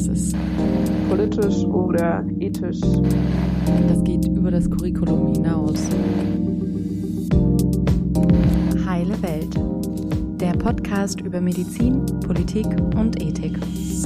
Das ist politisch oder ethisch. Das geht über das Curriculum hinaus. Heile Welt. Der Podcast über Medizin, Politik und Ethik.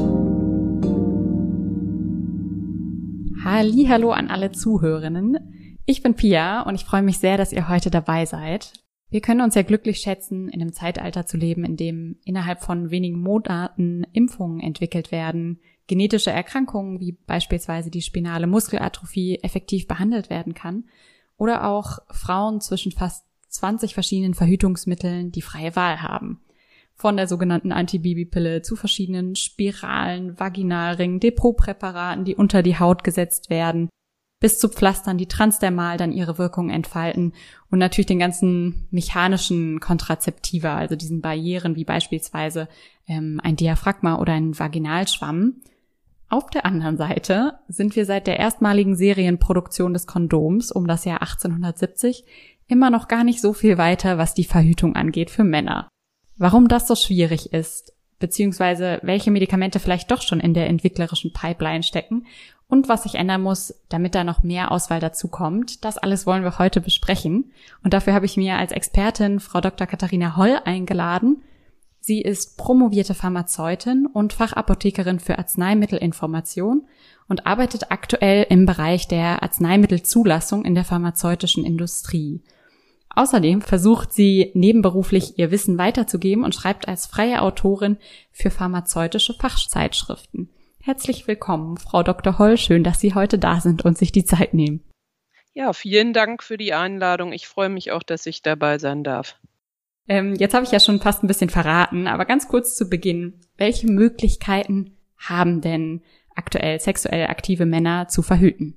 Hallihallo an alle Zuhörerinnen. Ich bin Pia und ich freue mich sehr, dass ihr heute dabei seid. Wir können uns ja glücklich schätzen, in einem Zeitalter zu leben, in dem innerhalb von wenigen Monaten Impfungen entwickelt werden, genetische Erkrankungen wie beispielsweise die spinale Muskelatrophie effektiv behandelt werden kann oder auch Frauen zwischen fast 20 verschiedenen Verhütungsmitteln die freie Wahl haben. Von der sogenannten Antibabypille zu verschiedenen Spiralen, Vaginalringen, Depotpräparaten, die unter die Haut gesetzt werden, bis zu Pflastern, die transdermal dann ihre Wirkung entfalten und natürlich den ganzen mechanischen Kontrazeptiva, also diesen Barrieren wie beispielsweise ein Diaphragma oder ein Vaginalschwamm. Auf der anderen Seite sind wir seit der erstmaligen Serienproduktion des Kondoms um das Jahr 1870 immer noch gar nicht so viel weiter, was die Verhütung angeht für Männer. Warum das so schwierig ist, beziehungsweise welche Medikamente vielleicht doch schon in der entwicklerischen Pipeline stecken und was sich ändern muss, damit da noch mehr Auswahl dazu kommt, das alles wollen wir heute besprechen. Und dafür habe ich mir als Expertin Frau Dr. Katharina Holl eingeladen. Sie ist promovierte Pharmazeutin und Fachapothekerin für Arzneimittelinformation und arbeitet aktuell im Bereich der Arzneimittelzulassung in der pharmazeutischen Industrie. Außerdem versucht sie nebenberuflich ihr Wissen weiterzugeben und schreibt als freie Autorin für pharmazeutische Fachzeitschriften. Herzlich willkommen, Frau Dr. Holl. Schön, dass Sie heute da sind und sich die Zeit nehmen. Ja, vielen Dank für die Einladung. Ich freue mich auch, dass ich dabei sein darf. Jetzt habe ich ja schon fast ein bisschen verraten, aber ganz kurz zu Beginn. Welche Möglichkeiten haben denn aktuell sexuell aktive Männer zu verhüten?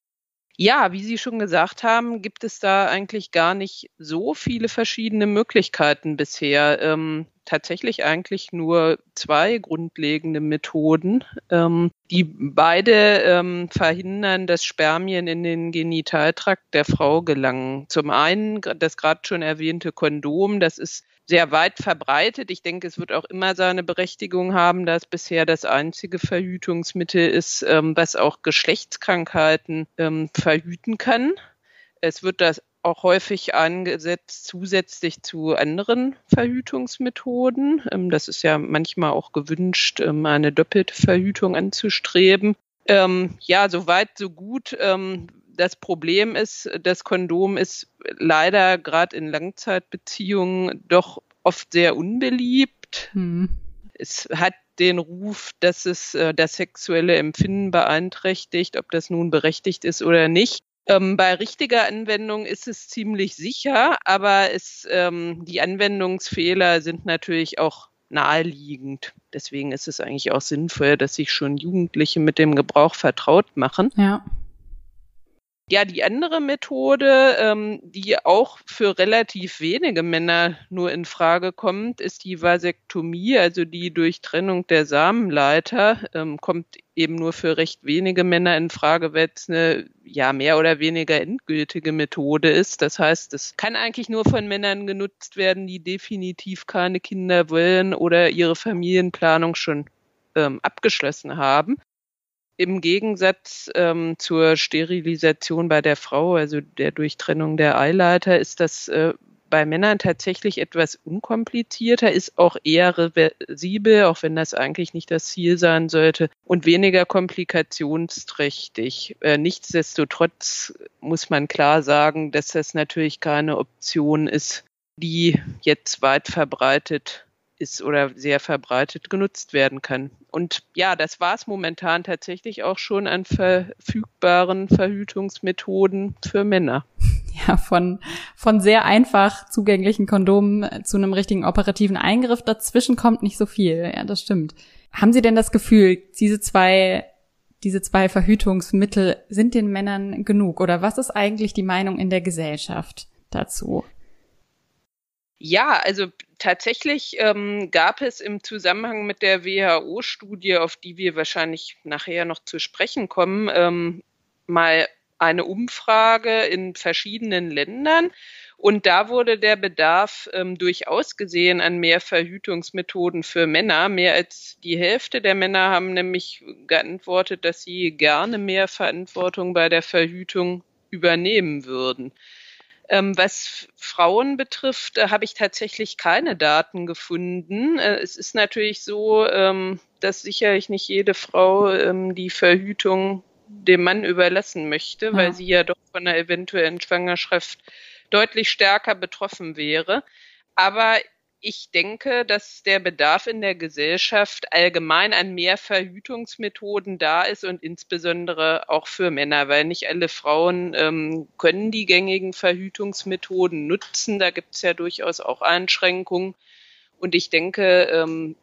Ja, wie Sie schon gesagt haben, gibt es da eigentlich gar nicht so viele verschiedene Möglichkeiten bisher. Tatsächlich eigentlich nur zwei grundlegende Methoden, die beide verhindern, dass Spermien in den Genitaltrakt der Frau gelangen. Zum einen das gerade schon erwähnte Kondom, das ist sehr weit verbreitet. Ich denke, es wird auch immer seine Berechtigung haben, da es bisher das einzige Verhütungsmittel ist, was auch Geschlechtskrankheiten verhüten kann. Es wird das auch häufig eingesetzt zusätzlich zu anderen Verhütungsmethoden. Das ist ja manchmal auch gewünscht, eine doppelte Verhütung anzustreben. Ja, so weit, so gut. Das Problem ist, das Kondom ist leider gerade in Langzeitbeziehungen doch oft sehr unbeliebt. Es hat den Ruf, dass es das sexuelle Empfinden beeinträchtigt, ob das nun berechtigt ist oder nicht. Bei richtiger Anwendung ist es ziemlich sicher, aber die Anwendungsfehler sind natürlich auch naheliegend. Deswegen ist es eigentlich auch sinnvoll, dass sich schon Jugendliche mit dem Gebrauch vertraut machen. Ja. Ja, die andere Methode, die auch für relativ wenige Männer nur in Frage kommt, ist die Vasektomie, also die Durchtrennung der Samenleiter, kommt eben nur für recht wenige Männer in Frage, weil es eine mehr oder weniger endgültige Methode ist. Das heißt, es kann eigentlich nur von Männern genutzt werden, die definitiv keine Kinder wollen oder ihre Familienplanung schon abgeschlossen haben. Im Gegensatz zur Sterilisation bei der Frau, also der Durchtrennung der Eileiter, ist das bei Männern tatsächlich etwas unkomplizierter, ist auch eher reversibel, auch wenn das eigentlich nicht das Ziel sein sollte, und weniger komplikationsträchtig. Nichtsdestotrotz muss man klar sagen, dass das natürlich keine Option ist, die jetzt weit verbreitet ist oder sehr verbreitet genutzt werden kann. Und ja, das war es momentan tatsächlich auch schon an verfügbaren Verhütungsmethoden für Männer. Ja, von sehr einfach zugänglichen Kondomen zu einem richtigen operativen Eingriff, dazwischen kommt nicht so viel. Ja, das stimmt. Haben Sie denn das Gefühl, diese zwei Verhütungsmittel sind den Männern genug? Oder was ist eigentlich die Meinung in der Gesellschaft dazu? Ja, also tatsächlich gab es im Zusammenhang mit der WHO-Studie, auf die wir wahrscheinlich nachher noch zu sprechen kommen, mal eine Umfrage in verschiedenen Ländern. Und da wurde der Bedarf durchaus gesehen an mehr Verhütungsmethoden für Männer. Mehr als die Hälfte der Männer haben nämlich geantwortet, dass sie gerne mehr Verantwortung bei der Verhütung übernehmen würden. Was Frauen betrifft, habe ich tatsächlich keine Daten gefunden. Es ist natürlich so, dass sicherlich nicht jede Frau die Verhütung dem Mann überlassen möchte, weil sie ja doch von einer eventuellen Schwangerschaft deutlich stärker betroffen wäre. Aber ich denke, dass der Bedarf in der Gesellschaft allgemein an mehr Verhütungsmethoden da ist und insbesondere auch für Männer, weil nicht alle Frauen können die gängigen Verhütungsmethoden nutzen. Da gibt es ja durchaus auch Einschränkungen. Und ich denke,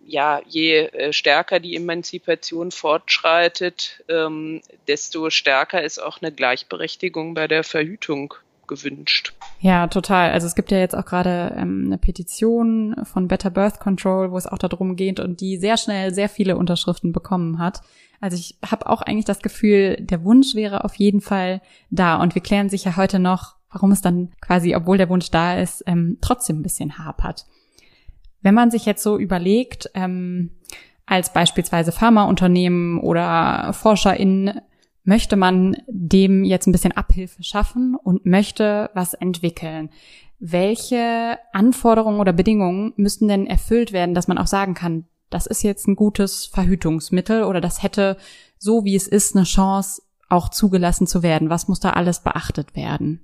je stärker die Emanzipation fortschreitet, desto stärker ist auch eine Gleichberechtigung bei der Verhütung gewünscht. Ja, total. Also es gibt ja jetzt auch gerade eine Petition von Better Birth Control, wo es auch darum geht und die sehr schnell sehr viele Unterschriften bekommen hat. Also ich habe auch eigentlich das Gefühl, der Wunsch wäre auf jeden Fall da. Und wir klären sicher heute noch, warum es dann quasi, obwohl der Wunsch da ist, trotzdem ein bisschen hapert. Wenn man sich jetzt so überlegt, als beispielsweise Pharmaunternehmen oder ForscherInnen, möchte man dem jetzt ein bisschen Abhilfe schaffen und möchte was entwickeln. Welche Anforderungen oder Bedingungen müssten denn erfüllt werden, dass man auch sagen kann, das ist jetzt ein gutes Verhütungsmittel oder das hätte, so wie es ist, eine Chance, auch zugelassen zu werden? Was muss da alles beachtet werden?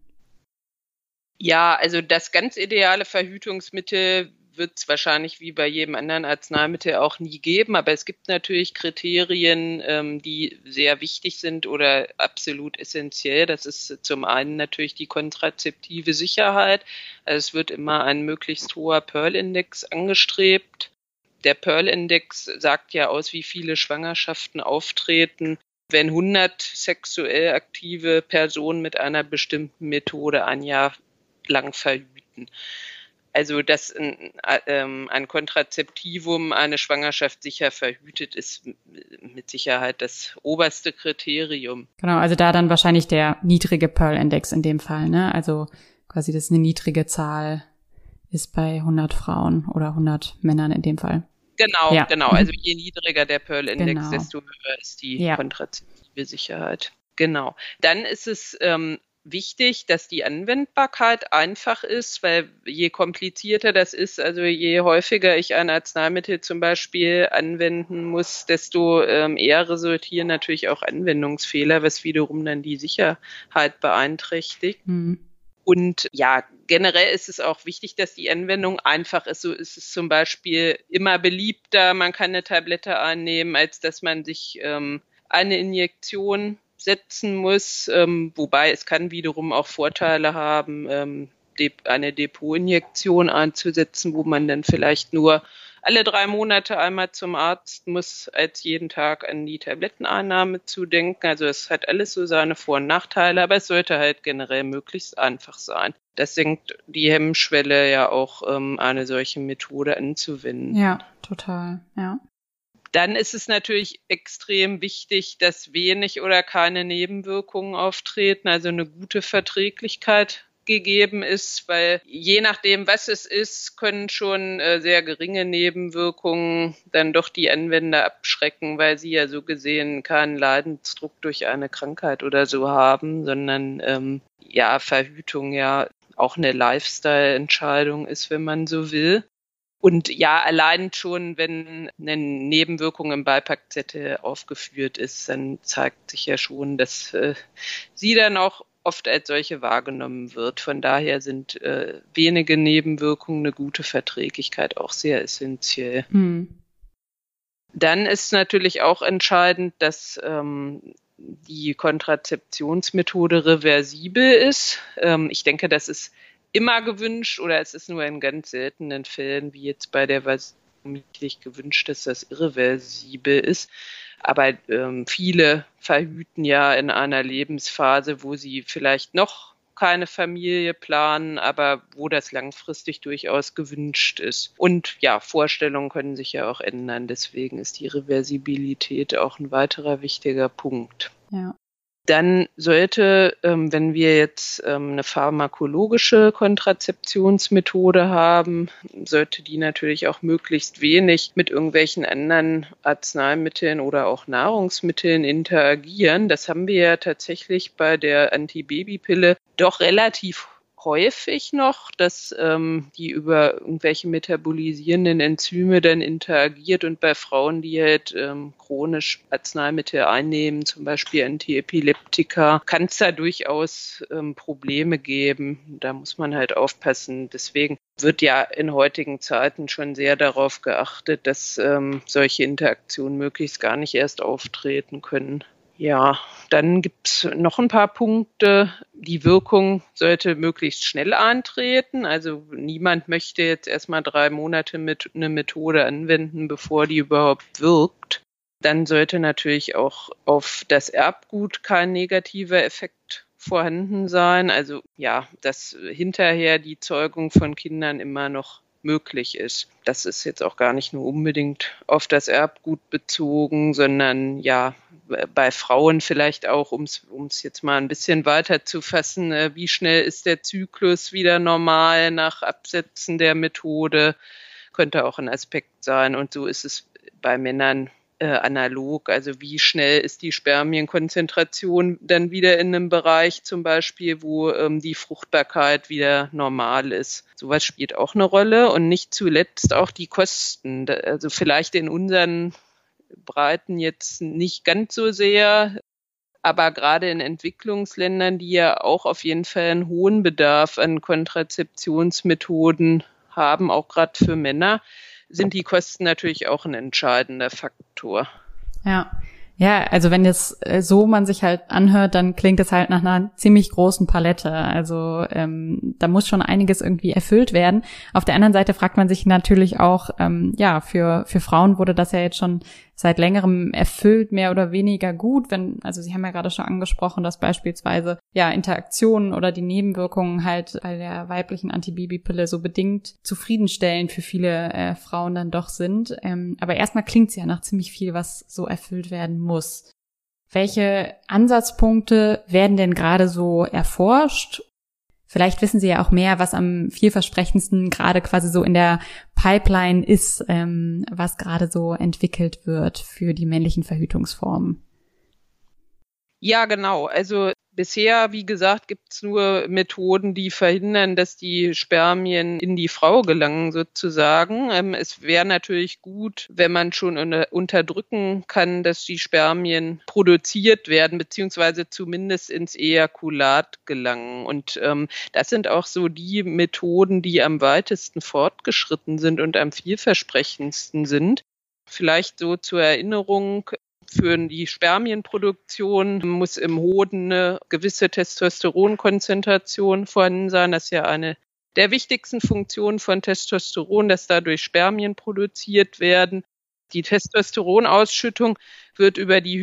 Ja, also das ganz ideale Verhütungsmittel wird es wahrscheinlich wie bei jedem anderen Arzneimittel auch nie geben, aber es gibt natürlich Kriterien, die sehr wichtig sind oder absolut essentiell. Das ist zum einen natürlich die kontrazeptive Sicherheit. Also es wird immer ein möglichst hoher Pearl-Index angestrebt. Der Pearl-Index sagt ja aus, wie viele Schwangerschaften auftreten, wenn 100 sexuell aktive Personen mit einer bestimmten Methode ein Jahr lang verhüten. Also, dass ein Kontrazeptivum eine Schwangerschaft sicher verhütet, ist mit Sicherheit das oberste Kriterium. Genau, also da dann wahrscheinlich der niedrige Pearl-Index in dem Fall, ne? Also quasi, dass eine niedrige Zahl ist bei 100 Frauen oder 100 Männern in dem Fall. Genau, ja. Genau. Also je niedriger der Pearl-Index, desto höher ist die kontrazeptive Sicherheit. Genau. Dann ist es wichtig, dass die Anwendbarkeit einfach ist, weil je komplizierter das ist, also je häufiger ich ein Arzneimittel zum Beispiel anwenden muss, desto eher resultieren natürlich auch Anwendungsfehler, was wiederum dann die Sicherheit beeinträchtigt. Mhm. Und ja, generell ist es auch wichtig, dass die Anwendung einfach ist. So ist es zum Beispiel immer beliebter, man kann eine Tablette einnehmen, als dass man sich eine Injektion setzen muss, wobei es kann wiederum auch Vorteile haben, eine Depotinjektion einzusetzen, wo man dann vielleicht nur alle 3 Monate einmal zum Arzt muss, als jeden Tag an die Tabletteneinnahme zu denken. Also es hat alles so seine Vor- und Nachteile, aber es sollte halt generell möglichst einfach sein. Das senkt die Hemmschwelle ja auch, eine solche Methode anzuwenden. Ja, total, ja. Dann ist es natürlich extrem wichtig, dass wenig oder keine Nebenwirkungen auftreten, also eine gute Verträglichkeit gegeben ist, weil je nachdem, was es ist, können schon sehr geringe Nebenwirkungen dann doch die Anwender abschrecken, weil sie ja so gesehen keinen Leidensdruck durch eine Krankheit oder so haben, sondern Verhütung ja auch eine Lifestyle-Entscheidung ist, wenn man so will. Und ja, allein schon, wenn eine Nebenwirkung im Beipackzettel aufgeführt ist, dann zeigt sich ja schon, dass sie dann auch oft als solche wahrgenommen wird. Von daher sind wenige Nebenwirkungen, eine gute Verträglichkeit auch sehr essentiell. Mhm. Dann ist natürlich auch entscheidend, dass die Kontrazeptionsmethode reversibel ist. Ich denke, das ist immer gewünscht oder es ist nur in ganz seltenen Fällen, wie jetzt bei der Vasomilch gewünscht, dass das irreversibel ist. Aber viele verhüten ja in einer Lebensphase, wo sie vielleicht noch keine Familie planen, aber wo das langfristig durchaus gewünscht ist. Und ja, Vorstellungen können sich ja auch ändern. Deswegen ist die Reversibilität auch ein weiterer wichtiger Punkt. Ja. Dann sollte, wenn wir jetzt eine pharmakologische Kontrazeptionsmethode haben, sollte die natürlich auch möglichst wenig mit irgendwelchen anderen Arzneimitteln oder auch Nahrungsmitteln interagieren. Das haben wir ja tatsächlich bei der Antibabypille doch relativ häufig noch, dass die über irgendwelche metabolisierenden Enzyme dann interagiert und bei Frauen, die halt chronisch Arzneimittel einnehmen, zum Beispiel Antiepileptika, kann es da durchaus Probleme geben. Da muss man halt aufpassen. Deswegen wird ja in heutigen Zeiten schon sehr darauf geachtet, dass solche Interaktionen möglichst gar nicht erst auftreten können. Ja, dann gibt's noch ein paar Punkte. Die Wirkung sollte möglichst schnell eintreten. Also niemand möchte jetzt erstmal 3 Monate mit eine Methode anwenden, bevor die überhaupt wirkt. Dann sollte natürlich auch auf das Erbgut kein negativer Effekt vorhanden sein. Also ja, dass hinterher die Zeugung von Kindern immer noch möglich ist. Das ist jetzt auch gar nicht nur unbedingt auf das Erbgut bezogen, sondern ja, bei Frauen vielleicht auch, um es jetzt mal ein bisschen weiter zu fassen, wie schnell ist der Zyklus wieder normal nach Absetzen der Methode, könnte auch ein Aspekt sein. Und so ist es bei Männern analog. Also wie schnell ist die Spermienkonzentration dann wieder in einem Bereich zum Beispiel, wo die Fruchtbarkeit wieder normal ist. Sowas spielt auch eine Rolle und nicht zuletzt auch die Kosten. Also vielleicht in unseren Breiten jetzt nicht ganz so sehr, aber gerade in Entwicklungsländern, die ja auch auf jeden Fall einen hohen Bedarf an Kontrazeptionsmethoden haben, auch gerade für Männer, sind die Kosten natürlich auch ein entscheidender Faktor. Ja, also wenn das so man sich halt anhört, dann klingt es halt nach einer ziemlich großen Palette. Also da muss schon einiges irgendwie erfüllt werden. Auf der anderen Seite fragt man sich natürlich auch, für Frauen wurde das ja jetzt schon seit längerem erfüllt, mehr oder weniger gut. Also Sie haben ja gerade schon angesprochen, dass beispielsweise Interaktionen oder die Nebenwirkungen halt bei der weiblichen Antibabypille so bedingt zufriedenstellend für viele Frauen dann doch sind. Aber erstmal klingt es ja nach ziemlich viel, was so erfüllt werden muss. Welche Ansatzpunkte werden denn gerade so erforscht? Vielleicht wissen Sie ja auch mehr, was am vielversprechendsten gerade quasi so in der Pipeline ist, was gerade so entwickelt wird für die männlichen Verhütungsformen. Ja, genau. Also bisher, wie gesagt, gibt es nur Methoden, die verhindern, dass die Spermien in die Frau gelangen sozusagen. Es wäre natürlich gut, wenn man schon unterdrücken kann, dass die Spermien produziert werden, beziehungsweise zumindest ins Ejakulat gelangen. Und das sind auch so die Methoden, die am weitesten fortgeschritten sind und am vielversprechendsten sind. Vielleicht so zur Erinnerung: Für die Spermienproduktion muss im Hoden eine gewisse Testosteronkonzentration vorhanden sein. Das ist ja eine der wichtigsten Funktionen von Testosteron, dass dadurch Spermien produziert werden. Die Testosteronausschüttung wird über die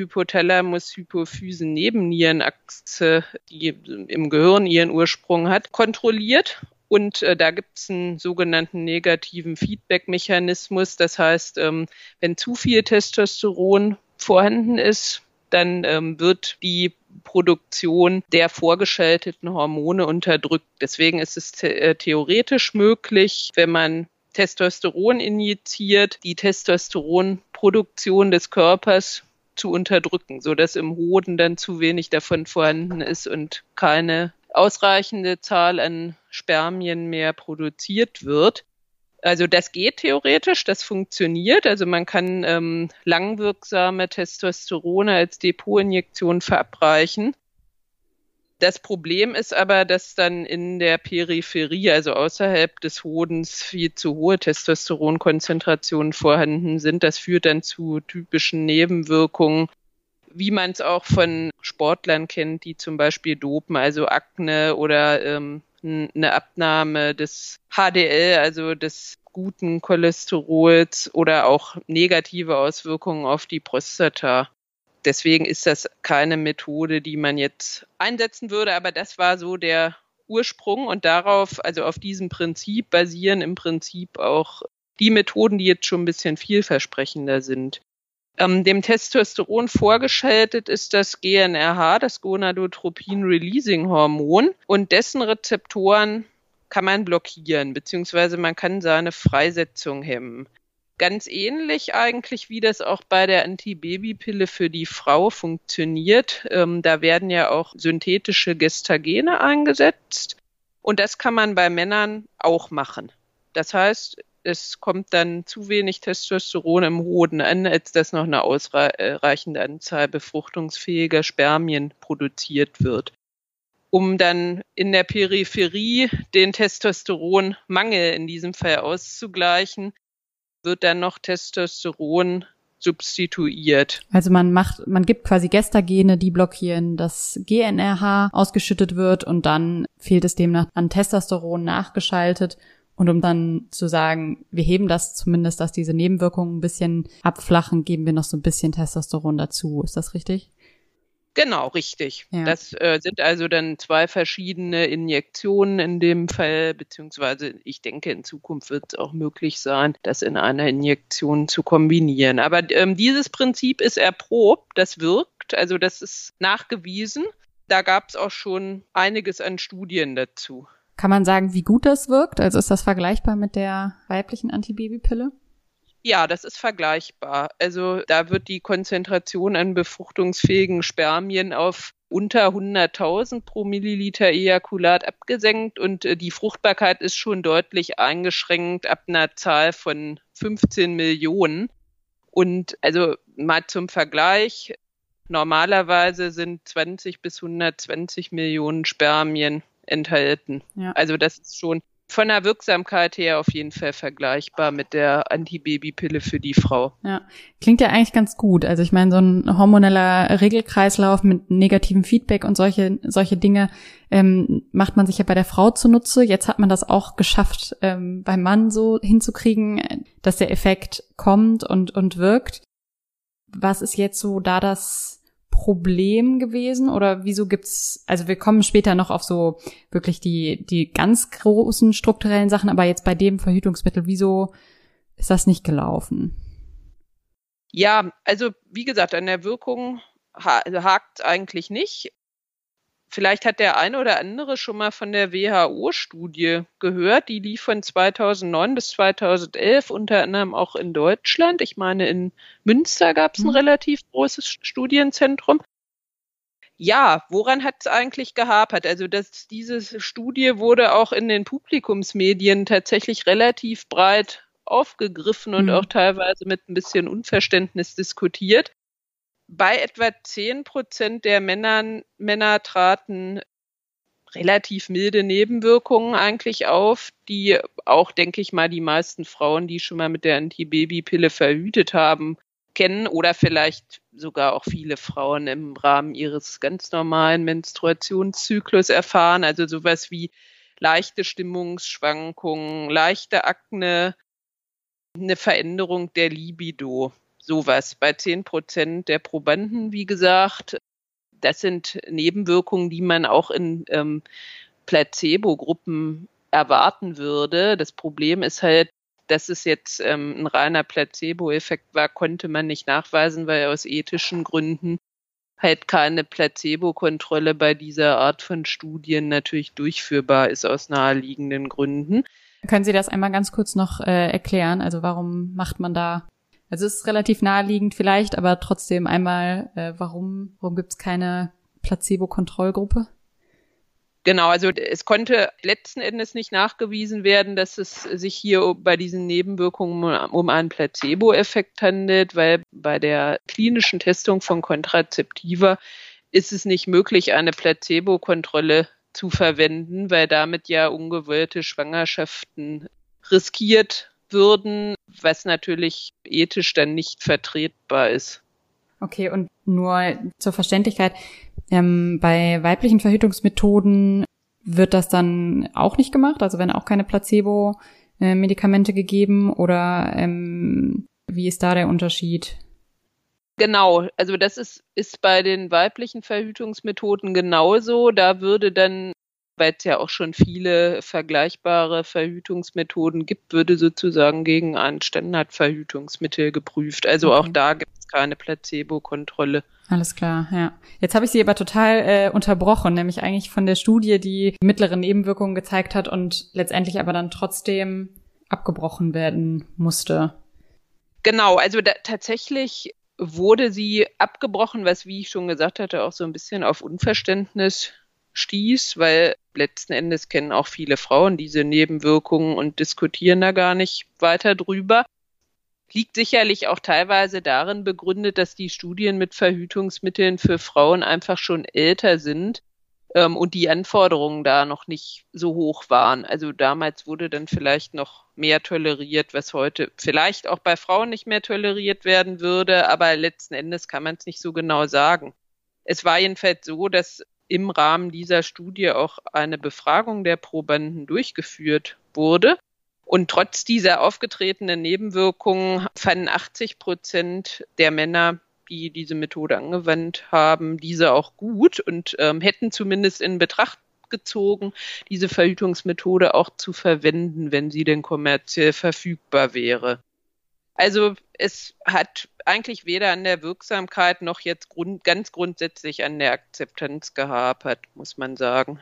Hypothalamus-Hypophysen-Nebennierenachse, die im Gehirn ihren Ursprung hat, kontrolliert. Und da gibt es einen sogenannten negativen Feedback-Mechanismus. Das heißt, wenn zu viel Testosteron vorhanden ist, dann wird die Produktion der vorgeschalteten Hormone unterdrückt. Deswegen ist es theoretisch möglich, wenn man Testosteron injiziert, die Testosteronproduktion des Körpers zu unterdrücken, sodass im Hoden dann zu wenig davon vorhanden ist und keine ausreichende Zahl an Spermien mehr produziert wird. Also das geht theoretisch, das funktioniert. Also man kann langwirksame Testosterone als Depotinjektion verabreichen. Das Problem ist aber, dass dann in der Peripherie, also außerhalb des Hodens, viel zu hohe Testosteronkonzentrationen vorhanden sind. Das führt dann zu typischen Nebenwirkungen, wie man es auch von Sportlern kennt, die zum Beispiel dopen, also Akne oder eine Abnahme des HDL, also des guten Cholesterols, oder auch negative Auswirkungen auf die Prostata. Deswegen ist das keine Methode, die man jetzt einsetzen würde, aber das war so der Ursprung und darauf, also auf diesem Prinzip basieren im Prinzip auch die Methoden, die jetzt schon ein bisschen vielversprechender sind. Dem Testosteron vorgeschaltet ist das GnRH, das Gonadotropin-Releasing-Hormon, und dessen Rezeptoren kann man blockieren, beziehungsweise man kann seine Freisetzung hemmen. Ganz ähnlich eigentlich, wie das auch bei der Antibabypille für die Frau funktioniert. Da werden ja auch synthetische Gestagene eingesetzt und das kann man bei Männern auch machen. Das heißt, es kommt dann zu wenig Testosteron im Hoden an, als dass noch eine ausreichende Anzahl befruchtungsfähiger Spermien produziert wird. Um dann in der Peripherie den Testosteronmangel in diesem Fall auszugleichen, wird dann noch Testosteron substituiert. Also man gibt quasi Gestagene, die blockieren, dass GnRH ausgeschüttet wird und dann fehlt es demnach an Testosteron nachgeschaltet. Und um dann zu sagen, wir heben das zumindest, dass diese Nebenwirkungen ein bisschen abflachen, geben wir noch so ein bisschen Testosteron dazu. Ist das richtig? Genau, richtig. Ja. Das sind also dann 2 verschiedene Injektionen in dem Fall, beziehungsweise ich denke, in Zukunft wird es auch möglich sein, das in einer Injektion zu kombinieren. Aber dieses Prinzip ist erprobt, das wirkt, also das ist nachgewiesen. Da gab es auch schon einiges an Studien dazu. Kann man sagen, wie gut das wirkt? Also ist das vergleichbar mit der weiblichen Antibabypille? Ja, das ist vergleichbar. Also da wird die Konzentration an befruchtungsfähigen Spermien auf unter 100.000 pro Milliliter Ejakulat abgesenkt und die Fruchtbarkeit ist schon deutlich eingeschränkt ab einer Zahl von 15 Millionen. Und also mal zum Vergleich, normalerweise sind 20 bis 120 Millionen Spermien enthalten. Ja. Also das ist schon von der Wirksamkeit her auf jeden Fall vergleichbar mit der Antibabypille für die Frau. Ja, klingt ja eigentlich ganz gut. Also ich meine, so ein hormoneller Regelkreislauf mit negativem Feedback und solche Dinge macht man sich ja bei der Frau zunutze. Jetzt hat man das auch geschafft, beim Mann so hinzukriegen, dass der Effekt kommt und wirkt. Was ist jetzt so da das Problem gewesen oder wieso gibt's, also wir kommen später noch auf so wirklich die ganz großen strukturellen Sachen, aber jetzt bei dem Verhütungsmittel, wieso ist das nicht gelaufen? Ja, also wie gesagt, an der Wirkung hakt eigentlich nicht. Vielleicht hat der eine oder andere schon mal von der WHO-Studie gehört. Die lief von 2009 bis 2011, unter anderem auch in Deutschland. Ich meine, in Münster gab es ein relativ großes Studienzentrum. Ja, woran hat es eigentlich gehapert? Also diese Studie wurde auch in den Publikumsmedien tatsächlich relativ breit aufgegriffen und auch teilweise mit ein bisschen Unverständnis diskutiert. Bei etwa 10% der Männer traten relativ milde Nebenwirkungen eigentlich auf, die auch, denke ich mal, die meisten Frauen, die schon mal mit der Antibabypille verhütet haben, kennen oder vielleicht sogar auch viele Frauen im Rahmen ihres ganz normalen Menstruationszyklus erfahren. Also sowas wie leichte Stimmungsschwankungen, leichte Akne, eine Veränderung der Libido. Sowas bei 10% der Probanden, wie gesagt. Das sind Nebenwirkungen, die man auch in Placebo-Gruppen erwarten würde. Das Problem ist halt, dass es jetzt ein reiner Placebo-Effekt war, konnte man nicht nachweisen, weil aus ethischen Gründen halt keine Placebo-Kontrolle bei dieser Art von Studien natürlich durchführbar ist, aus naheliegenden Gründen. Können Sie das einmal ganz kurz noch erklären? Also warum macht man da? Also es ist relativ naheliegend vielleicht, aber trotzdem einmal, warum gibt es keine Placebo-Kontrollgruppe? Genau, also es konnte letzten Endes nicht nachgewiesen werden, dass es sich hier bei diesen Nebenwirkungen um einen Placebo-Effekt handelt, weil bei der klinischen Testung von Kontrazeptiva ist es nicht möglich, eine Placebo-Kontrolle zu verwenden, weil damit ja ungewollte Schwangerschaften riskiert würden, was natürlich ethisch dann nicht vertretbar ist. Okay, und nur zur Verständlichkeit, bei weiblichen Verhütungsmethoden wird das dann auch nicht gemacht? Also werden auch keine Placebo-Medikamente gegeben oder wie ist da der Unterschied? Genau, also das ist bei den weiblichen Verhütungsmethoden genauso. Da würde dann, weil es ja auch schon viele vergleichbare Verhütungsmethoden gibt, würde sozusagen gegen ein Standardverhütungsmittel geprüft. Also okay. Auch da gibt es keine Placebo-Kontrolle. Alles klar, ja. Jetzt habe ich Sie aber total unterbrochen, nämlich eigentlich von der Studie, die mittlere Nebenwirkungen gezeigt hat und letztendlich aber dann trotzdem abgebrochen werden musste. Genau, also tatsächlich wurde sie abgebrochen, was, wie ich schon gesagt hatte, auch so ein bisschen auf Unverständnis stieß, weil letzten Endes kennen auch viele Frauen diese Nebenwirkungen und diskutieren da gar nicht weiter drüber. Liegt sicherlich auch teilweise darin begründet, dass die Studien mit Verhütungsmitteln für Frauen einfach schon älter sind und die Anforderungen da noch nicht so hoch waren. Also damals wurde dann vielleicht noch mehr toleriert, was heute vielleicht auch bei Frauen nicht mehr toleriert werden würde, aber letzten Endes kann man es nicht so genau sagen. Es war jedenfalls so, dass im Rahmen dieser Studie auch eine Befragung der Probanden durchgeführt wurde. Und trotz dieser aufgetretenen Nebenwirkungen fanden 80% der Männer, die diese Methode angewandt haben, diese auch gut und hätten zumindest in Betracht gezogen, diese Verhütungsmethode auch zu verwenden, wenn sie denn kommerziell verfügbar wäre. Also es hat eigentlich weder an der Wirksamkeit noch jetzt ganz grundsätzlich an der Akzeptanz gehapert, muss man sagen.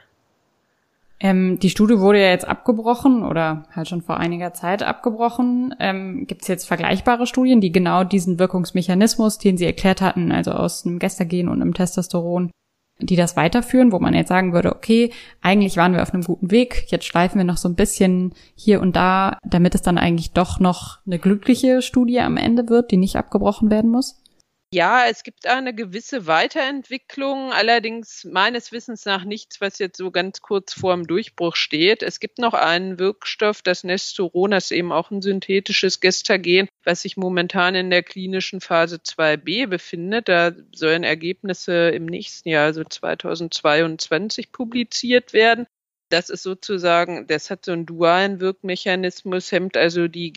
Die Studie wurde ja jetzt abgebrochen oder halt schon vor einiger Zeit abgebrochen. Gibt es jetzt vergleichbare Studien, die genau diesen Wirkungsmechanismus, den Sie erklärt hatten, also aus einem Gestagen und einem Testosteron, die das weiterführen, wo man jetzt sagen würde, okay, eigentlich waren wir auf einem guten Weg, jetzt schleifen wir noch so ein bisschen hier und da, damit es dann eigentlich doch noch eine glückliche Studie am Ende wird, die nicht abgebrochen werden muss? Ja, es gibt eine gewisse Weiterentwicklung, allerdings meines Wissens nach nichts, was jetzt so ganz kurz vorm Durchbruch steht. Es gibt noch einen Wirkstoff, das Nestoron, das ist eben auch ein synthetisches Gestagen, was sich momentan in der klinischen Phase 2b befindet. Da sollen Ergebnisse im nächsten Jahr, also 2022, publiziert werden. Das ist sozusagen, das hat so einen dualen Wirkmechanismus, hemmt also die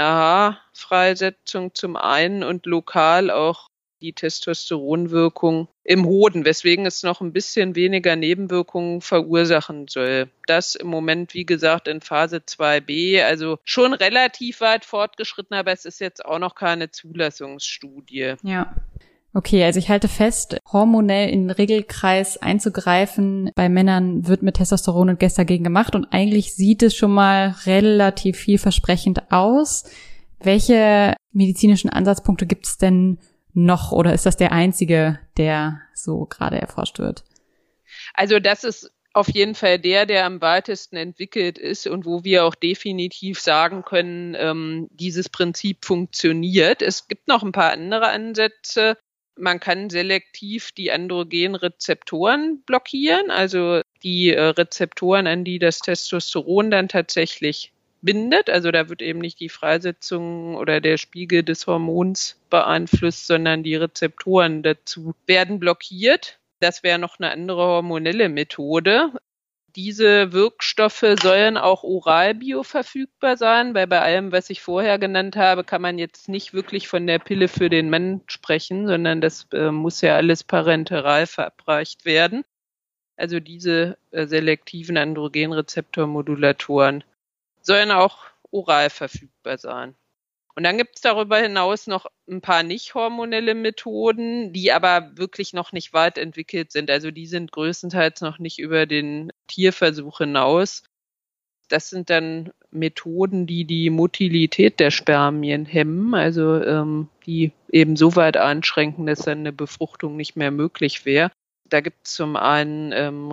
GnRH-Freisetzung zum einen und lokal auch die Testosteronwirkung im Hoden, weswegen es noch ein bisschen weniger Nebenwirkungen verursachen soll. Das im Moment, wie gesagt, in Phase 2b, also schon relativ weit fortgeschritten, aber es ist jetzt auch noch keine Zulassungsstudie. Ja. Okay, also ich halte fest, hormonell in den Regelkreis einzugreifen bei Männern wird mit Testosteron und Gestagen gemacht und eigentlich sieht es schon mal relativ vielversprechend aus. Welche medizinischen Ansatzpunkte gibt es denn noch oder ist das der einzige, der so gerade erforscht wird? Also das ist auf jeden Fall der am weitesten entwickelt ist und wo wir auch definitiv sagen können, dieses Prinzip funktioniert. Es gibt noch ein paar andere Ansätze. Man kann selektiv die Androgenrezeptoren blockieren, also die Rezeptoren, an die das Testosteron dann tatsächlich bindet. Also da wird eben nicht die Freisetzung oder der Spiegel des Hormons beeinflusst, sondern die Rezeptoren dazu werden blockiert. Das wäre noch eine andere hormonelle Methode. Diese Wirkstoffe sollen auch oral bioverfügbar sein, weil bei allem, was ich vorher genannt habe, kann man jetzt nicht wirklich von der Pille für den Mann sprechen, sondern das muss ja alles parenteral verabreicht werden. Also diese selektiven Androgenrezeptormodulatoren sollen auch oral verfügbar sein. Und dann gibt es darüber hinaus noch ein paar nicht hormonelle Methoden, die aber wirklich noch nicht weit entwickelt sind. Also die sind größtenteils noch nicht über den Tierversuch hinaus. Das sind dann Methoden, die die Motilität der Spermien hemmen, also die eben so weit einschränken, dass dann eine Befruchtung nicht mehr möglich wäre. Da gibt es zum einen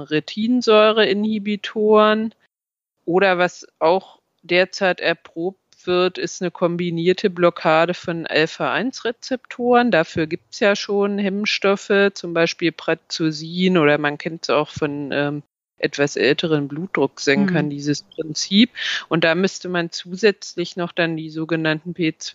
Retinsäureinhibitoren oder was auch derzeit erprobt wird, ist eine kombinierte Blockade von Alpha-1-Rezeptoren. Dafür gibt es ja schon Hemmstoffe, zum Beispiel Prazosin oder man kennt es auch von etwas älteren Blutdrucksenkern, dieses Prinzip. Und da müsste man zusätzlich noch dann die sogenannten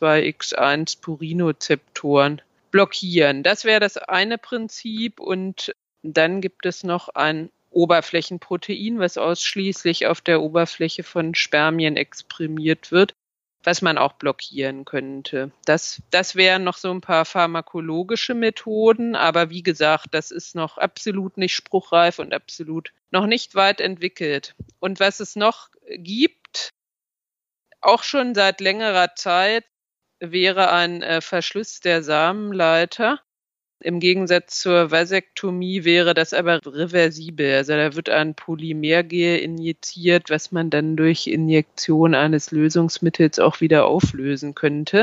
P2X1-Purinozeptoren blockieren. Das wäre das eine Prinzip. Und dann gibt es noch ein Oberflächenprotein, was ausschließlich auf der Oberfläche von Spermien exprimiert wird, was man auch blockieren könnte. Das wären noch so ein paar pharmakologische Methoden, aber wie gesagt, das ist noch absolut nicht spruchreif und absolut noch nicht weit entwickelt. Und was es noch gibt, auch schon seit längerer Zeit, wäre ein Verschluss der Samenleiter. Im Gegensatz zur Vasektomie wäre das aber reversibel. Also da wird ein Polymergel injiziert, was man dann durch Injektion eines Lösungsmittels auch wieder auflösen könnte.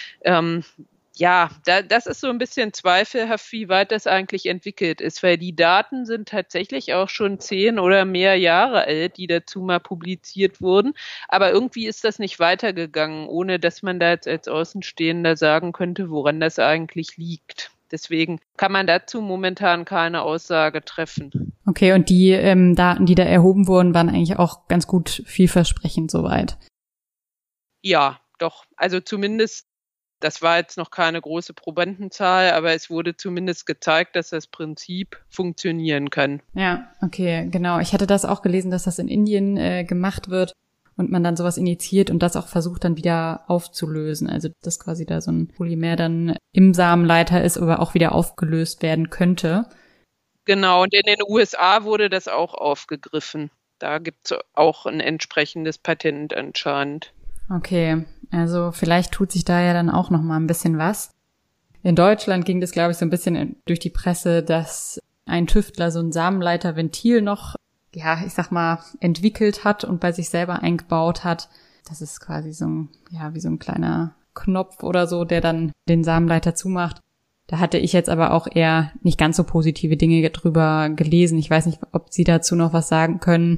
Das ist so ein bisschen zweifelhaft, wie weit das eigentlich entwickelt ist, weil die Daten sind tatsächlich auch schon 10 oder mehr Jahre alt, die dazu mal publiziert wurden. Aber irgendwie ist das nicht weitergegangen, ohne dass man da jetzt als Außenstehender sagen könnte, woran das eigentlich liegt. Deswegen kann man dazu momentan keine Aussage treffen. Okay, und die Daten, die da erhoben wurden, waren eigentlich auch ganz gut vielversprechend soweit. Ja, doch. Also zumindest, das war jetzt noch keine große Probandenzahl, aber es wurde zumindest gezeigt, dass das Prinzip funktionieren kann. Ja, okay, genau. Ich hatte das auch gelesen, dass das in Indien gemacht wird und man dann sowas injiziert und das auch versucht dann wieder aufzulösen. Also dass quasi da so ein Polymer dann im Samenleiter ist, aber auch wieder aufgelöst werden könnte. Genau, und in den USA wurde das auch aufgegriffen. Da gibt es auch ein entsprechendes Patent anscheinend. Okay, also vielleicht tut sich da ja dann auch noch mal ein bisschen was. In Deutschland ging das, glaube ich, so ein bisschen durch die Presse, dass ein Tüftler so ein Samenleiterventil noch, ja, ich sag mal, entwickelt hat und bei sich selber eingebaut hat. Das ist quasi so ein, ja, wie so ein kleiner Knopf oder so, der dann den Samenleiter zumacht. Da hatte ich jetzt aber auch eher nicht ganz so positive Dinge drüber gelesen. Ich weiß nicht, ob Sie dazu noch was sagen können.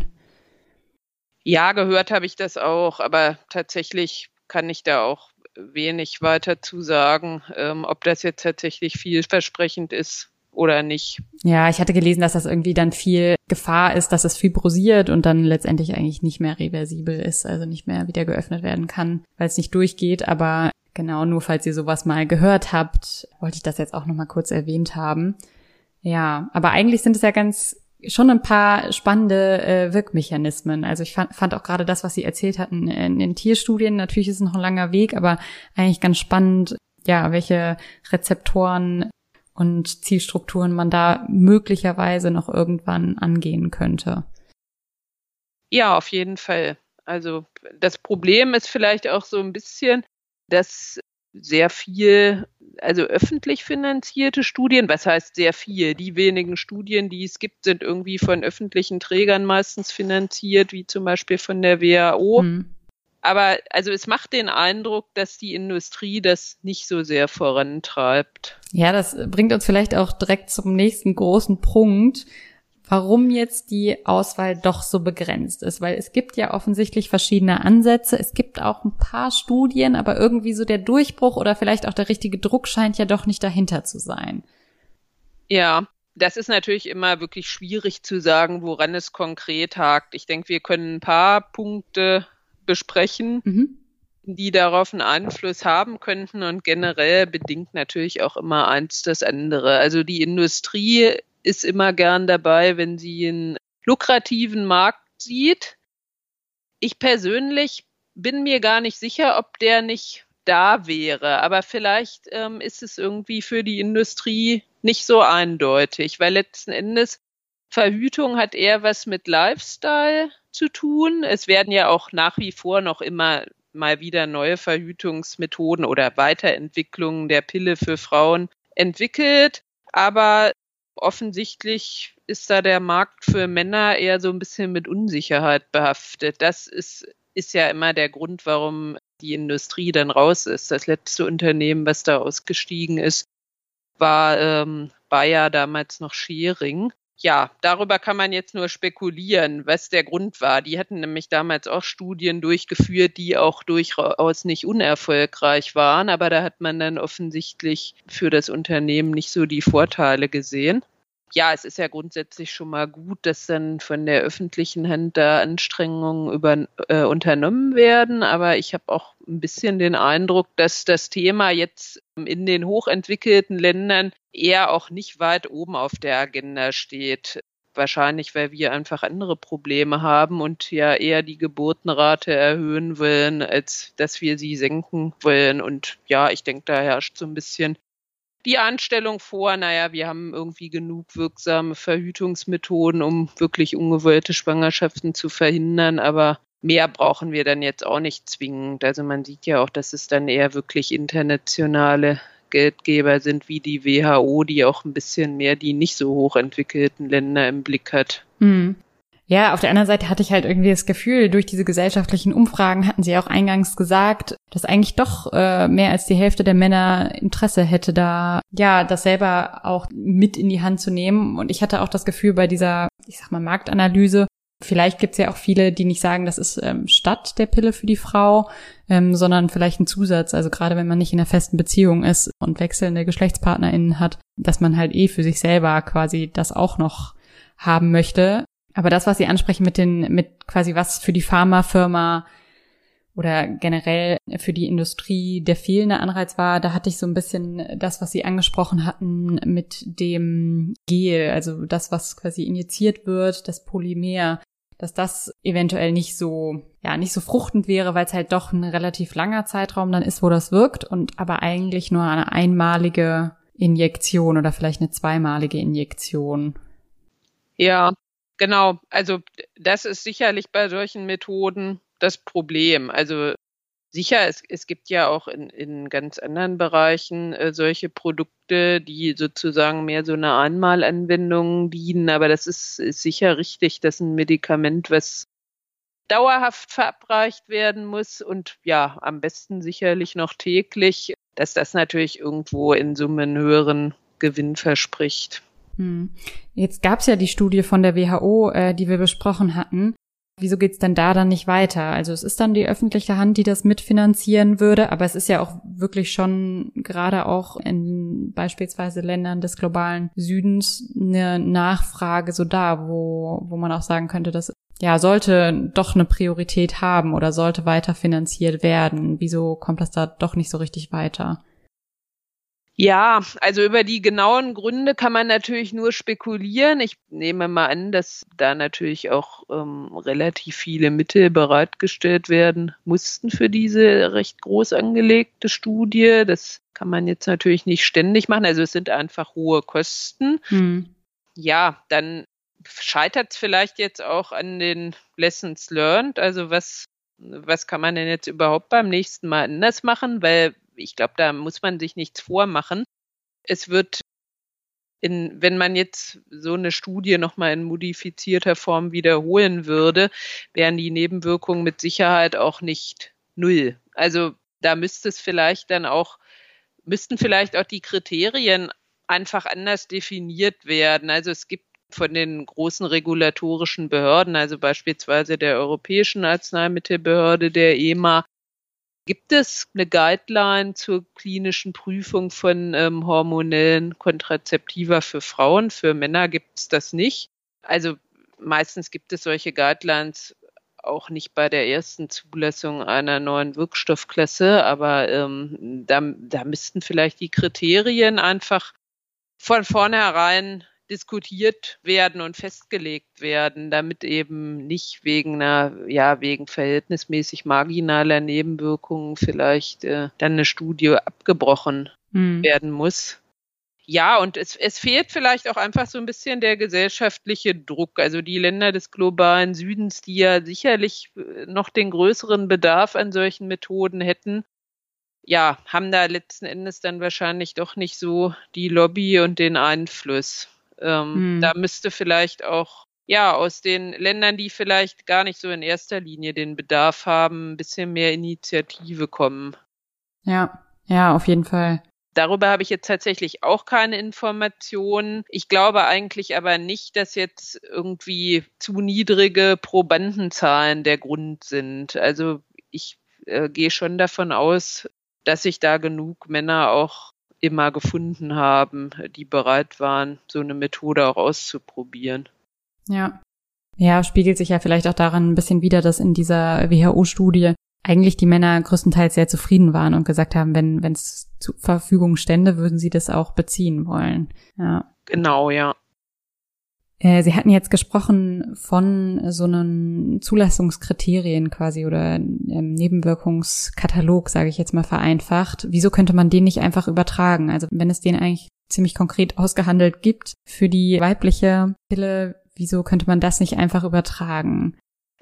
Ja, gehört habe ich das auch, aber tatsächlich kann ich da auch wenig weiter zu sagen, ob das jetzt tatsächlich vielversprechend ist oder nicht. Ja, ich hatte gelesen, dass das irgendwie dann viel Gefahr ist, dass es fibrosiert und dann letztendlich eigentlich nicht mehr reversibel ist, also nicht mehr wieder geöffnet werden kann, weil es nicht durchgeht. Aber genau, nur falls ihr sowas mal gehört habt, wollte ich das jetzt auch nochmal kurz erwähnt haben. Ja, aber eigentlich sind es ja schon ein paar spannende Wirkmechanismen. Also ich fand auch gerade das, was Sie erzählt hatten in Tierstudien, natürlich ist es noch ein langer Weg, aber eigentlich ganz spannend, ja, welche Rezeptoren und Zielstrukturen man da möglicherweise noch irgendwann angehen könnte. Ja, auf jeden Fall. Also das Problem ist vielleicht auch so ein bisschen, dass sehr viel, also öffentlich finanzierte Studien, was heißt sehr viel? Die wenigen Studien, die es gibt, sind irgendwie von öffentlichen Trägern meistens finanziert, wie zum Beispiel von der WHO. Aber also es macht den Eindruck, dass die Industrie das nicht so sehr vorantreibt. Ja, das bringt uns vielleicht auch direkt zum nächsten großen Punkt, warum jetzt die Auswahl doch so begrenzt ist. Weil es gibt ja offensichtlich verschiedene Ansätze. Es gibt auch ein paar Studien, aber irgendwie so der Durchbruch oder vielleicht auch der richtige Druck scheint ja doch nicht dahinter zu sein. Ja, das ist natürlich immer wirklich schwierig zu sagen, woran es konkret hakt. Ich denke, wir können ein paar Punkte besprechen, die darauf einen Einfluss haben könnten, und generell bedingt natürlich auch immer eins das andere. Also die Industrie ist immer gern dabei, wenn sie einen lukrativen Markt sieht. Ich persönlich bin mir gar nicht sicher, ob der nicht da wäre, aber vielleicht ist es irgendwie für die Industrie nicht so eindeutig, weil letzten Endes Verhütung hat eher was mit Lifestyle zu tun. Es werden ja auch nach wie vor noch immer mal wieder neue Verhütungsmethoden oder Weiterentwicklungen der Pille für Frauen entwickelt. Aber offensichtlich ist da der Markt für Männer eher so ein bisschen mit Unsicherheit behaftet. Das ist ja immer der Grund, warum die Industrie dann raus ist. Das letzte Unternehmen, was da ausgestiegen ist, war Bayer, damals noch Schering. Ja, darüber kann man jetzt nur spekulieren, was der Grund war. Die hatten nämlich damals auch Studien durchgeführt, die auch durchaus nicht unerfolgreich waren, aber da hat man dann offensichtlich für das Unternehmen nicht so die Vorteile gesehen. Ja, es ist ja grundsätzlich schon mal gut, dass dann von der öffentlichen Hand da Anstrengungen unternommen werden, aber ich habe auch ein bisschen den Eindruck, dass das Thema jetzt in den hochentwickelten Ländern eher auch nicht weit oben auf der Agenda steht. Wahrscheinlich, weil wir einfach andere Probleme haben und ja eher die Geburtenrate erhöhen wollen, als dass wir sie senken wollen. Und ja, ich denke, da herrscht so ein bisschen die Einstellung vor, naja, wir haben irgendwie genug wirksame Verhütungsmethoden, um wirklich ungewollte Schwangerschaften zu verhindern, aber mehr brauchen wir dann jetzt auch nicht zwingend. Also man sieht ja auch, dass es dann eher wirklich internationale Geldgeber sind wie die WHO, die auch ein bisschen mehr die nicht so hochentwickelten Länder im Blick hat. Mhm. Ja, auf der anderen Seite hatte ich halt irgendwie das Gefühl, durch diese gesellschaftlichen Umfragen hatten sie auch eingangs gesagt, dass eigentlich doch mehr als die Hälfte der Männer Interesse hätte, da ja das selber auch mit in die Hand zu nehmen. Und ich hatte auch das Gefühl bei dieser, ich sag mal, Marktanalyse, vielleicht gibt's ja auch viele, die nicht sagen, das ist statt der Pille für die Frau, sondern vielleicht ein Zusatz. Also gerade wenn man nicht in einer festen Beziehung ist und wechselnde GeschlechtspartnerInnen hat, dass man halt für sich selber quasi das auch noch haben möchte. Aber das, was Sie ansprechen mit quasi was für die Pharmafirma oder generell für die Industrie der fehlende Anreiz war, da hatte ich so ein bisschen das, was Sie angesprochen hatten mit dem Gel, also das, was quasi injiziert wird, das Polymer, dass das eventuell nicht so fruchtend wäre, weil es halt doch ein relativ langer Zeitraum dann ist, wo das wirkt und aber eigentlich nur eine einmalige Injektion oder vielleicht eine zweimalige Injektion. Ja, genau. Also das ist sicherlich bei solchen Methoden das Problem. Also sicher, es gibt ja auch in ganz anderen Bereichen solche Produkte, die sozusagen mehr so eine Einmalanwendung dienen. Aber das ist sicher richtig, dass ein Medikament, was dauerhaft verabreicht werden muss und ja, am besten sicherlich noch täglich, dass das natürlich irgendwo in Summe einen höheren Gewinn verspricht. Jetzt gab es ja die Studie von der WHO, die wir besprochen hatten. Wieso geht's denn da dann nicht weiter? Also es ist dann die öffentliche Hand, die das mitfinanzieren würde, aber es ist ja auch wirklich schon gerade auch in beispielsweise Ländern des globalen Südens eine Nachfrage so da, wo man auch sagen könnte, das ja sollte doch eine Priorität haben oder sollte weiter finanziert werden. Wieso kommt das da doch nicht so richtig weiter? Ja, also über die genauen Gründe kann man natürlich nur spekulieren. Ich nehme mal an, dass da natürlich auch relativ viele Mittel bereitgestellt werden mussten für diese recht groß angelegte Studie. Das kann man jetzt natürlich nicht ständig machen. Also es sind einfach hohe Kosten. Ja, dann scheitert es vielleicht jetzt auch an den Lessons learned. Also was kann man denn jetzt überhaupt beim nächsten Mal anders machen? Weil ich glaube, da muss man sich nichts vormachen. Es wird, wenn man jetzt so eine Studie nochmal in modifizierter Form wiederholen würde, wären die Nebenwirkungen mit Sicherheit auch nicht null. Also da müssten vielleicht auch die Kriterien einfach anders definiert werden. Also es gibt von den großen regulatorischen Behörden, also beispielsweise der Europäischen Arzneimittelbehörde, der EMA, gibt es eine Guideline zur klinischen Prüfung von hormonellen Kontrazeptiva für Frauen? Für Männer gibt es das nicht. Also meistens gibt es solche Guidelines auch nicht bei der ersten Zulassung einer neuen Wirkstoffklasse, aber da müssten vielleicht die Kriterien einfach von vornherein diskutiert werden und festgelegt werden, damit eben nicht wegen verhältnismäßig marginaler Nebenwirkungen vielleicht dann eine Studie abgebrochen werden muss. Ja, und es fehlt vielleicht auch einfach so ein bisschen der gesellschaftliche Druck. Also die Länder des globalen Südens, die ja sicherlich noch den größeren Bedarf an solchen Methoden hätten, ja, haben da letzten Endes dann wahrscheinlich doch nicht so die Lobby und den Einfluss. Da müsste vielleicht auch aus den Ländern, die vielleicht gar nicht so in erster Linie den Bedarf haben, ein bisschen mehr Initiative kommen. Ja, auf jeden Fall. Darüber habe ich jetzt tatsächlich auch keine Informationen. Ich glaube eigentlich aber nicht, dass jetzt irgendwie zu niedrige Probandenzahlen der Grund sind. Also ich gehe schon davon aus, dass sich da genug Männer auch immer gefunden haben, die bereit waren, so eine Methode auch auszuprobieren. Ja, spiegelt sich ja vielleicht auch daran ein bisschen wider, dass in dieser WHO-Studie eigentlich die Männer größtenteils sehr zufrieden waren und gesagt haben, wenn es zur Verfügung stände, würden sie das auch beziehen wollen. Ja. Genau, ja. Sie hatten jetzt gesprochen von so einem Zulassungskriterien quasi oder Nebenwirkungskatalog, sage ich jetzt mal vereinfacht. Wieso könnte man den nicht einfach übertragen? Also wenn es den eigentlich ziemlich konkret ausgehandelt gibt für die weibliche Pille, wieso könnte man das nicht einfach übertragen?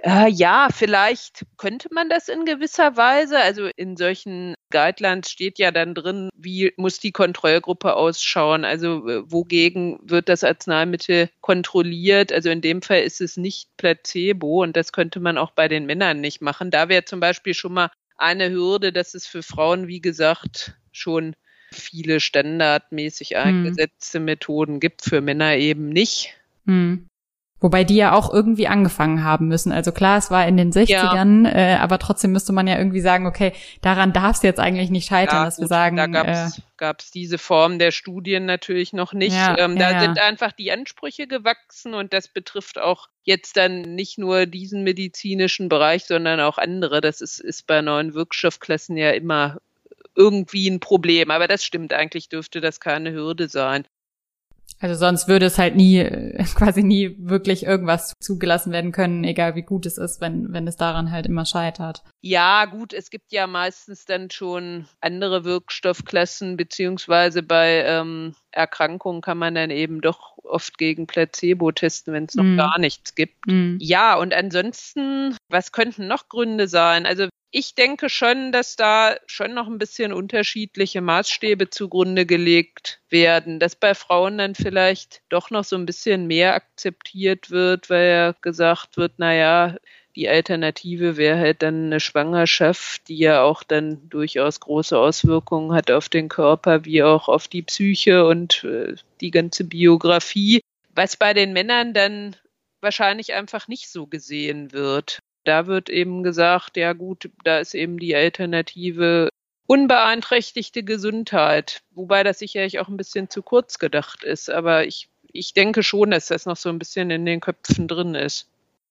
Ja, vielleicht könnte man das in gewisser Weise. Also in solchen Guidelines steht ja dann drin, wie muss die Kontrollgruppe ausschauen. Also wogegen wird das Arzneimittel kontrolliert. Also in dem Fall ist es nicht Placebo und das könnte man auch bei den Männern nicht machen. Da wäre zum Beispiel schon mal eine Hürde, dass es für Frauen, wie gesagt, schon viele standardmäßig eingesetzte Methoden gibt, für Männer eben nicht. Wobei die ja auch irgendwie angefangen haben müssen. Also klar, es war in den 60ern, aber trotzdem müsste man ja irgendwie sagen, okay, daran darf es jetzt eigentlich nicht scheitern, Ja, dass gut, wir sagen. Da gab's diese Form der Studien natürlich noch nicht. Da sind einfach die Ansprüche gewachsen und das betrifft auch jetzt dann nicht nur diesen medizinischen Bereich, sondern auch andere. Das ist bei neuen Wirkstoffklassen ja immer irgendwie ein Problem. Aber das stimmt, eigentlich dürfte das keine Hürde sein. Also sonst würde es halt quasi nie wirklich irgendwas zugelassen werden können, egal wie gut es ist, wenn es daran halt immer scheitert. Ja, gut, es gibt ja meistens dann schon andere Wirkstoffklassen, beziehungsweise bei Erkrankungen kann man dann eben doch oft gegen Placebo testen, wenn es noch gar nichts gibt. Ja, und ansonsten, was könnten noch Gründe sein? Also ich denke schon, dass da schon noch ein bisschen unterschiedliche Maßstäbe zugrunde gelegt werden, dass bei Frauen dann vielleicht doch noch so ein bisschen mehr akzeptiert wird, weil ja gesagt wird, naja, die Alternative wäre halt dann eine Schwangerschaft, die ja auch dann durchaus große Auswirkungen hat auf den Körper wie auch auf die Psyche und die ganze Biografie, was bei den Männern dann wahrscheinlich einfach nicht so gesehen wird. Da wird eben gesagt, ja gut, da ist eben die Alternative unbeeinträchtigte Gesundheit, wobei das sicherlich auch ein bisschen zu kurz gedacht ist. Aber ich denke schon, dass das noch so ein bisschen in den Köpfen drin ist.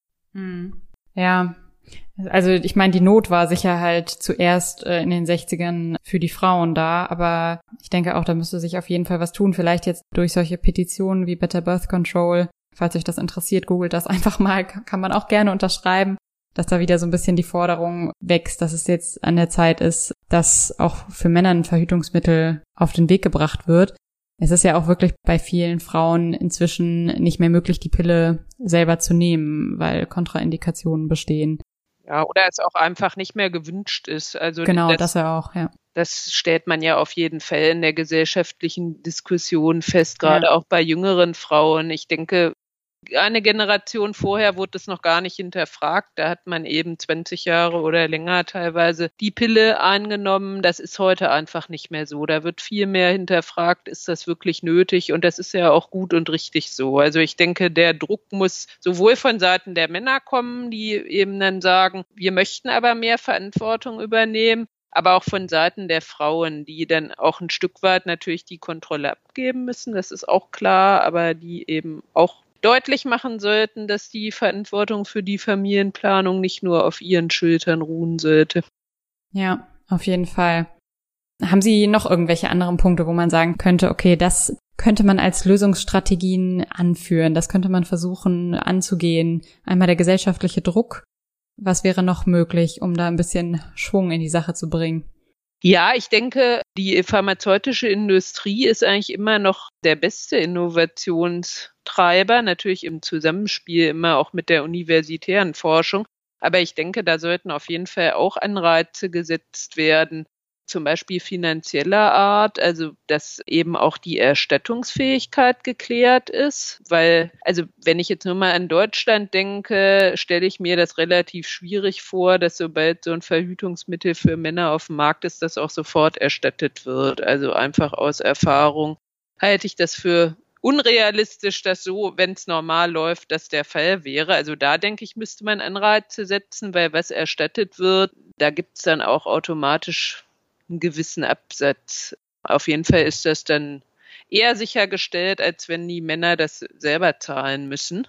Ja, also ich meine, die Not war sicher halt zuerst in den 60ern für die Frauen da, aber ich denke auch, da müsste sich auf jeden Fall was tun. Vielleicht jetzt durch solche Petitionen wie Better Birth Control. Falls euch das interessiert, googelt das einfach mal, kann man auch gerne unterschreiben, dass da wieder so ein bisschen die Forderung wächst, dass es jetzt an der Zeit ist, dass auch für Männer ein Verhütungsmittel auf den Weg gebracht wird. Es ist ja auch wirklich bei vielen Frauen inzwischen nicht mehr möglich, die Pille selber zu nehmen, weil Kontraindikationen bestehen. Ja, oder es auch einfach nicht mehr gewünscht ist. Also genau, das ja auch, ja. Das stellt man ja auf jeden Fall in der gesellschaftlichen Diskussion fest, gerade auch bei jüngeren Frauen. Ich denke, eine Generation vorher wurde das noch gar nicht hinterfragt. Da hat man eben 20 Jahre oder länger teilweise die Pille eingenommen. Das ist heute einfach nicht mehr so. Da wird viel mehr hinterfragt, ist das wirklich nötig? Und das ist ja auch gut und richtig so. Also ich denke, der Druck muss sowohl von Seiten der Männer kommen, die eben dann sagen, wir möchten aber mehr Verantwortung übernehmen, aber auch von Seiten der Frauen, die dann auch ein Stück weit natürlich die Kontrolle abgeben müssen. Das ist auch klar, aber die eben auch deutlich machen sollten, dass die Verantwortung für die Familienplanung nicht nur auf ihren Schultern ruhen sollte. Ja, auf jeden Fall. Haben Sie noch irgendwelche anderen Punkte, wo man sagen könnte, okay, das könnte man als Lösungsstrategien anführen, das könnte man versuchen anzugehen? Einmal der gesellschaftliche Druck. Was wäre noch möglich, um da ein bisschen Schwung in die Sache zu bringen? Ja, ich denke, die pharmazeutische Industrie ist eigentlich immer noch der beste Innovationstreiber, natürlich im Zusammenspiel immer auch mit der universitären Forschung. Aber ich denke, da sollten auf jeden Fall auch Anreize gesetzt werden, zum Beispiel finanzieller Art, also dass eben auch die Erstattungsfähigkeit geklärt ist, weil, also wenn ich jetzt nur mal an Deutschland denke, stelle ich mir das relativ schwierig vor, dass sobald so ein Verhütungsmittel für Männer auf dem Markt ist, das auch sofort erstattet wird. Also einfach aus Erfahrung halte ich das für unrealistisch, dass so, wenn es normal läuft, das der Fall wäre. Also da denke ich, müsste man Anreize setzen, weil was erstattet wird, da gibt es dann auch automatisch einen gewissen Absatz. Auf jeden Fall ist das dann eher sichergestellt, als wenn die Männer das selber zahlen müssen.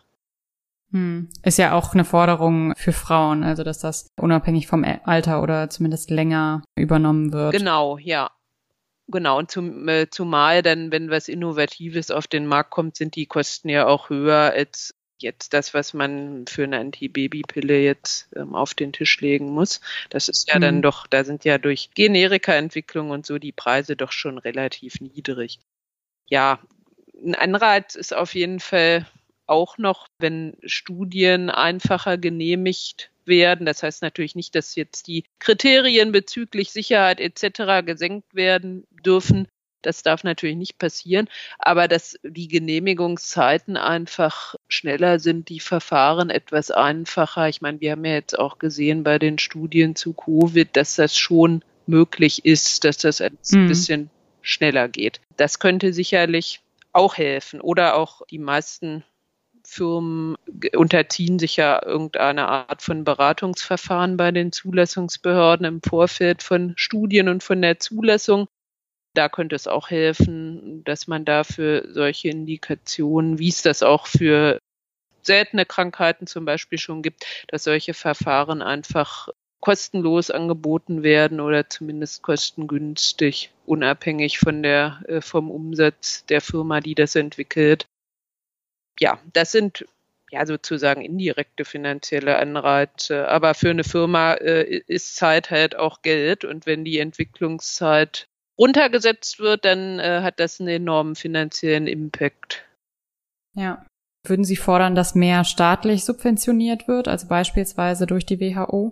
Ist ja auch eine Forderung für Frauen, also dass das unabhängig vom Alter oder zumindest länger übernommen wird. Genau, ja. Genau, und zumal dann, wenn was Innovatives auf den Markt kommt, sind die Kosten ja auch höher als jetzt das, was man für eine Antibabypille jetzt auf den Tisch legen muss. Das ist ja dann doch, da sind ja durch Generika-Entwicklung und so die Preise doch schon relativ niedrig. Ja, ein Anreiz ist auf jeden Fall auch noch, wenn Studien einfacher genehmigt werden. Das heißt natürlich nicht, dass jetzt die Kriterien bezüglich Sicherheit etc. gesenkt werden dürfen. Das darf natürlich nicht passieren, aber dass die Genehmigungszeiten einfach schneller sind, die Verfahren etwas einfacher. Ich meine, wir haben ja jetzt auch gesehen bei den Studien zu Covid, dass das schon möglich ist, dass das ein bisschen schneller geht. Das könnte sicherlich auch helfen. Oder auch die meisten Firmen unterziehen sich ja irgendeine Art von Beratungsverfahren bei den Zulassungsbehörden im Vorfeld von Studien und von der Zulassung. Da könnte es auch helfen, dass man dafür solche Indikationen, wie es das auch für seltene Krankheiten zum Beispiel schon gibt, dass solche Verfahren einfach kostenlos angeboten werden oder zumindest kostengünstig, unabhängig vom Umsatz der Firma, die das entwickelt. Ja, das sind ja sozusagen indirekte finanzielle Anreize. Aber für eine Firma ist Zeit halt auch Geld. Und wenn die Entwicklungszeit runtergesetzt wird, dann hat das einen enormen finanziellen Impact. Ja. Würden Sie fordern, dass mehr staatlich subventioniert wird, also beispielsweise durch die WHO?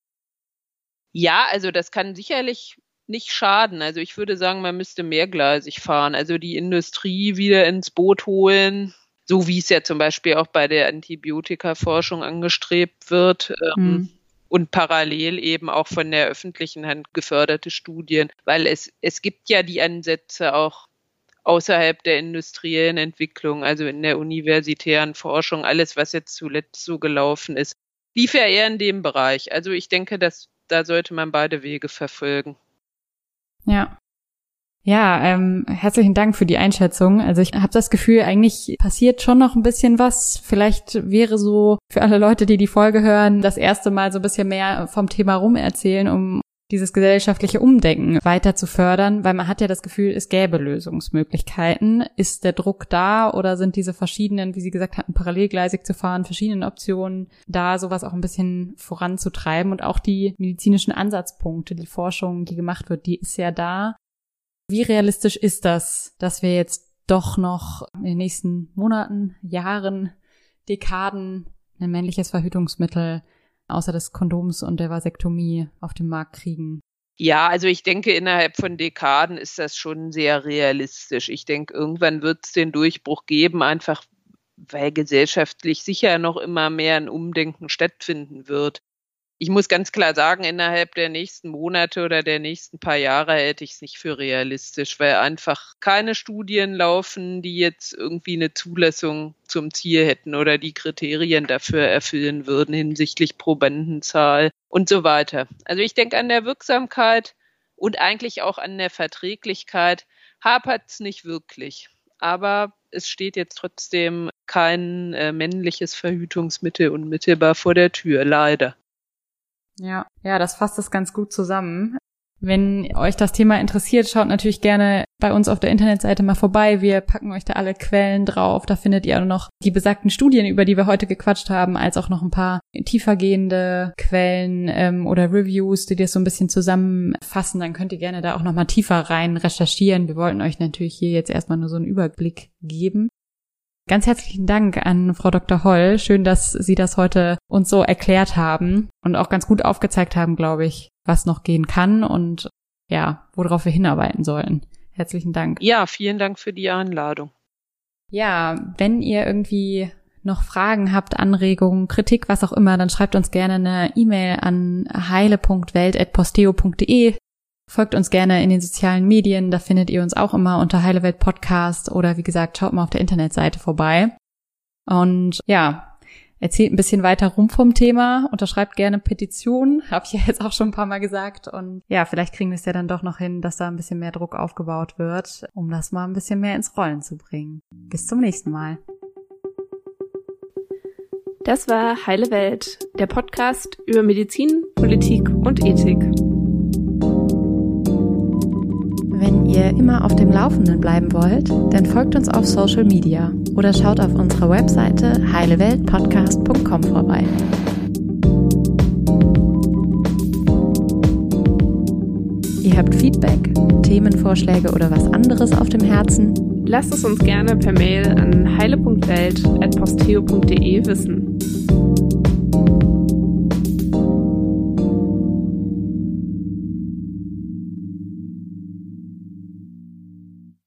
Ja, also das kann sicherlich nicht schaden. Also ich würde sagen, man müsste mehrgleisig fahren. Also die Industrie wieder ins Boot holen, so wie es ja zum Beispiel auch bei der Antibiotikaforschung angestrebt wird. Und parallel eben auch von der öffentlichen Hand geförderte Studien, weil es gibt ja die Ansätze auch außerhalb der industriellen Entwicklung, also in der universitären Forschung, alles, was jetzt zuletzt so gelaufen ist, lief ja eher in dem Bereich. Also ich denke, da sollte man beide Wege verfolgen. Ja. Ja, herzlichen Dank für die Einschätzung. Also ich habe das Gefühl, eigentlich passiert schon noch ein bisschen was. Vielleicht wäre so für alle Leute, die die Folge hören, das erste Mal so ein bisschen mehr vom Thema rum erzählen, um dieses gesellschaftliche Umdenken weiter zu fördern, weil man hat ja das Gefühl, es gäbe Lösungsmöglichkeiten. Ist der Druck da oder sind diese verschiedenen, wie Sie gesagt hatten, parallelgleisig zu fahren, verschiedenen Optionen da, sowas auch ein bisschen voranzutreiben? Und auch die medizinischen Ansatzpunkte, die Forschung, die gemacht wird, die ist ja da. Wie realistisch ist das, dass wir jetzt doch noch in den nächsten Monaten, Jahren, Dekaden ein männliches Verhütungsmittel außer des Kondoms und der Vasektomie auf den Markt kriegen? Ja, also ich denke, innerhalb von Dekaden ist das schon sehr realistisch. Ich denke, irgendwann wird es den Durchbruch geben, einfach weil gesellschaftlich sicher noch immer mehr ein Umdenken stattfinden wird. Ich muss ganz klar sagen, innerhalb der nächsten Monate oder der nächsten paar Jahre hätte ich es nicht für realistisch, weil einfach keine Studien laufen, die jetzt irgendwie eine Zulassung zum Ziel hätten oder die Kriterien dafür erfüllen würden hinsichtlich Probandenzahl und so weiter. Also ich denke, an der Wirksamkeit und eigentlich auch an der Verträglichkeit hapert es nicht wirklich. Aber es steht jetzt trotzdem kein männliches Verhütungsmittel unmittelbar vor der Tür, leider. Ja, das fasst es ganz gut zusammen. Wenn euch das Thema interessiert, schaut natürlich gerne bei uns auf der Internetseite mal vorbei. Wir packen euch da alle Quellen drauf. Da findet ihr noch die besagten Studien, über die wir heute gequatscht haben, als auch noch ein paar tiefergehende Quellen oder Reviews, die das so ein bisschen zusammenfassen. Dann könnt ihr gerne da auch noch mal tiefer rein recherchieren. Wir wollten euch natürlich hier jetzt erstmal nur so einen Überblick geben. Ganz herzlichen Dank an Frau Dr. Holl. Schön, dass Sie das heute uns so erklärt haben und auch ganz gut aufgezeigt haben, glaube ich, was noch gehen kann und ja, worauf wir hinarbeiten sollen. Herzlichen Dank. Ja, vielen Dank für die Einladung. Ja, wenn ihr irgendwie noch Fragen habt, Anregungen, Kritik, was auch immer, dann schreibt uns gerne eine E-Mail an heile.welt@posteo.de. Folgt uns gerne in den sozialen Medien, da findet ihr uns auch immer unter Heile Welt Podcast oder wie gesagt, schaut mal auf der Internetseite vorbei. Und ja, erzählt ein bisschen weiter rum vom Thema, unterschreibt gerne Petitionen, habe ich ja jetzt auch schon ein paar Mal gesagt. Und ja, vielleicht kriegen wir es ja dann doch noch hin, dass da ein bisschen mehr Druck aufgebaut wird, um das mal ein bisschen mehr ins Rollen zu bringen. Bis zum nächsten Mal. Das war Heile Welt, der Podcast über Medizin, Politik und Ethik. Wenn ihr immer auf dem Laufenden bleiben wollt, dann folgt uns auf Social Media oder schaut auf unserer Webseite heileweltpodcast.com vorbei. Ihr habt Feedback, Themenvorschläge oder was anderes auf dem Herzen? Lasst es uns gerne per Mail an heile.welt@posteo.de wissen.